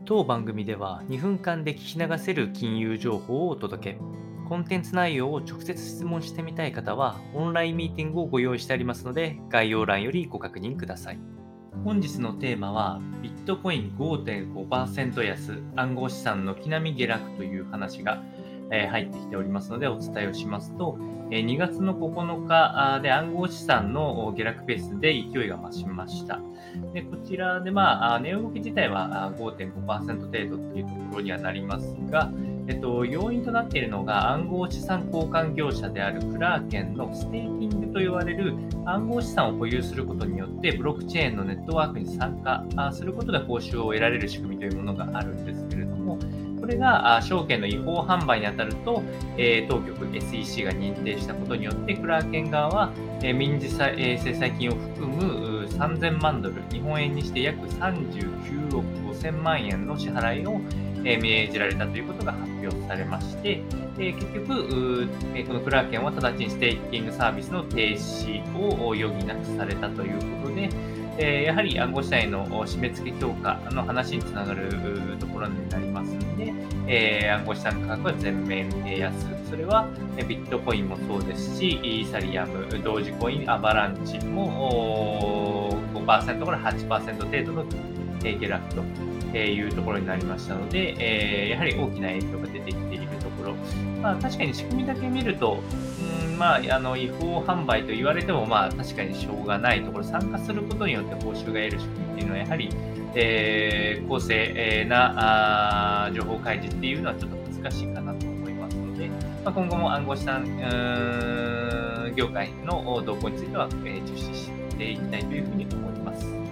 当番組では2分間で聞き流せる金融情報をお届け。コンテンツ内容を直接質問してみたい方は、オンラインミーティングをご用意してありますので、概要欄よりご確認ください。本日のテーマは、ビットコイン 5.5% 安、暗号資産軒並み下落という話が入ってきておりますので、お伝えをしますと、2月の9日で暗号資産の下落ペースで勢いが増しました。でこちらで、値動き自体は5.5% 程度というところにはなりますが、要因となっているのが暗号資産交換業者であるクラーケンのステーキングと言われる暗号資産を保有することによってブロックチェーンのネットワークに参加することで報酬を得られる仕組みというものがあるんですけれども、これが証券の違法販売に当たると、当局 SEC が認定したことによってクラーケン側は民事制裁金を含む3000万ドル、日本円にして約39億5000万円の支払いを命じられたということが発表されまして、結局、このクラーケンは直ちにステーキングサービスの停止を余儀なくされたということで、やはり暗号資産への締め付け強化の話につながるところになりますので、暗号資産価格は全面安。それはビットコインもそうですし、イーサリアム、同時コイン、アバランチも5% から 8% 程度の下落というところになりましたので、やはり大きな影響が出てきているところ。確かに仕組みだけ見ると、違法販売と言われても、確かにしょうがないところ、参加することによって報酬が得る仕組みっていうのは、やはり、公正な情報開示っていうのはちょっと難しいかなと思いますので、今後も暗号資産業界の動向については、注視していきたいというふうに思います。